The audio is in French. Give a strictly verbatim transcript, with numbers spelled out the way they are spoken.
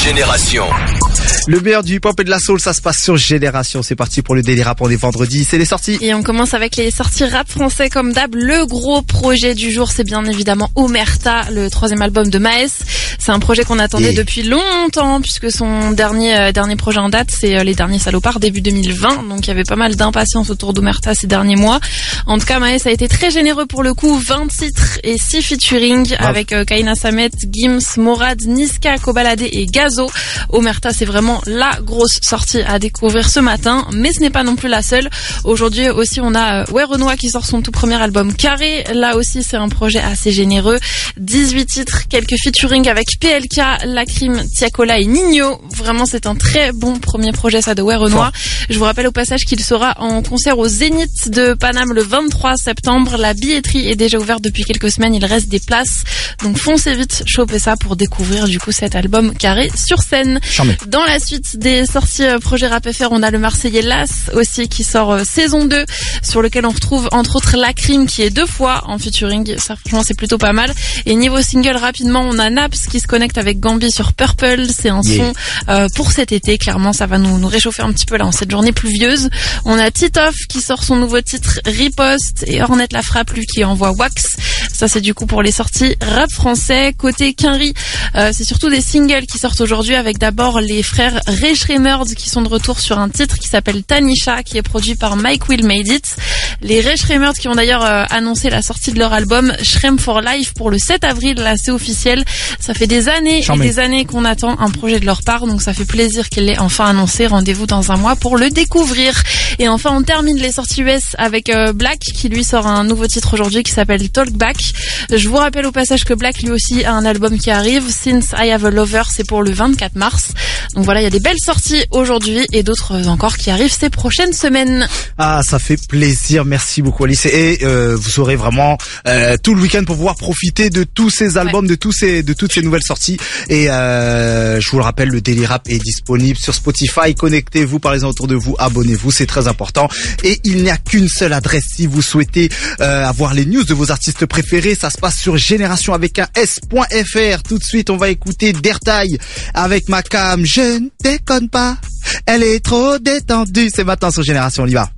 Génération. Le meilleur du hip-hop et de la soul, ça se passe sur Génération. C'est parti pour le Daily Rap, on est vendredi, c'est les sorties. Et on commence avec les sorties rap français comme d'hab. Le gros projet du jour, c'est bien évidemment Omerta, le troisième album de Maes. C'est un projet qu'on attendait Yeah. depuis longtemps, puisque son dernier euh, dernier projet en date, c'est euh, Les Derniers Salopards, début deux mille vingt. Donc il y avait pas mal d'impatience autour d'Omerta ces derniers mois. En tout cas, Maes a été très généreux pour le coup, vingt titres et six featuring Ah. avec euh, Kaina Samet, Gims, Morad, Niska, Kobalade et Gazo. Omerta, c'est vraiment la grosse sortie à découvrir ce matin, mais ce n'est pas non plus la seule. Aujourd'hui aussi, on a euh, Ouais Renoir qui sort son tout premier album Carré. Là aussi, c'est un projet assez généreux. dix-huit titres, quelques featuring avec P L K, Lacrim, Tiakola et Nino. Vraiment, c'est un très bon premier projet, ça, de Ouais Renoir. Je vous rappelle au passage qu'il sera en concert au Zénith de Paname le vingt-trois septembre. La billetterie est déjà ouverte depuis quelques semaines. Il reste des places. Donc foncez vite, chopez ça pour découvrir du coup cet album Carré sur scène. Charmé. Dans la suite des sorties euh, projet Rap F R, on a le Marseillais Las aussi qui sort euh, saison deux, sur lequel on retrouve entre autres Lacrim qui est deux fois en featuring. Ça franchement c'est plutôt pas mal. Et niveau single, rapidement, on a Naps qui se connecte avec Gambi sur Purple. C'est un Yeah. son euh, pour cet été. Clairement, ça va nous, nous réchauffer un petit peu là en cette journée pluvieuse. On a Titoff qui sort son nouveau titre Riposte et Ornette la frappe lui qui envoie Wax. Ça c'est du coup pour les sorties rap français. Côté Quinry, euh, c'est surtout des singles qui sortent aujourd'hui avec d'abord les frères Ray Shremers qui sont de retour sur un titre qui s'appelle Tanisha qui est produit par Mike Will Made It. Les Ray Shremers qui ont d'ailleurs euh, annoncé la sortie de leur album Shrem for Life pour le sept avril, là c'est officiel. Ça fait des années Charmé. et des années qu'on attend un projet de leur part, donc ça fait plaisir qu'ils l'aient enfin annoncé. Rendez-vous dans un mois pour le découvrir. Et enfin on termine les sorties U S avec euh, Black qui lui sort un nouveau titre aujourd'hui qui s'appelle Talk Back. Je vous rappelle au passage que Black lui aussi a un album qui arrive, Since I Have a Lover, c'est pour le vingt-quatre mars. Donc voilà, il y a des belles sorties aujourd'hui et d'autres encore qui arrivent ces prochaines semaines. Ah, ça fait plaisir, merci beaucoup Alice. Et euh, vous aurez vraiment euh, tout le week-end pour pouvoir profiter de tous ces albums, de tous ces, de toutes ces nouvelles sorties. Et euh, je vous le rappelle, le Daily Rap est disponible sur Spotify. Connectez-vous, parlez-en autour de vous, abonnez-vous, c'est très important. Et il n'y a qu'une seule adresse si vous souhaitez euh, avoir les news de vos artistes préférés. Ça se passe sur Génération avec un S.fr. Tout de suite, on va écouter Dertaille avec ma cam. Je ne déconne pas, elle est trop détendue. C'est maintenant sur Génération, on y va.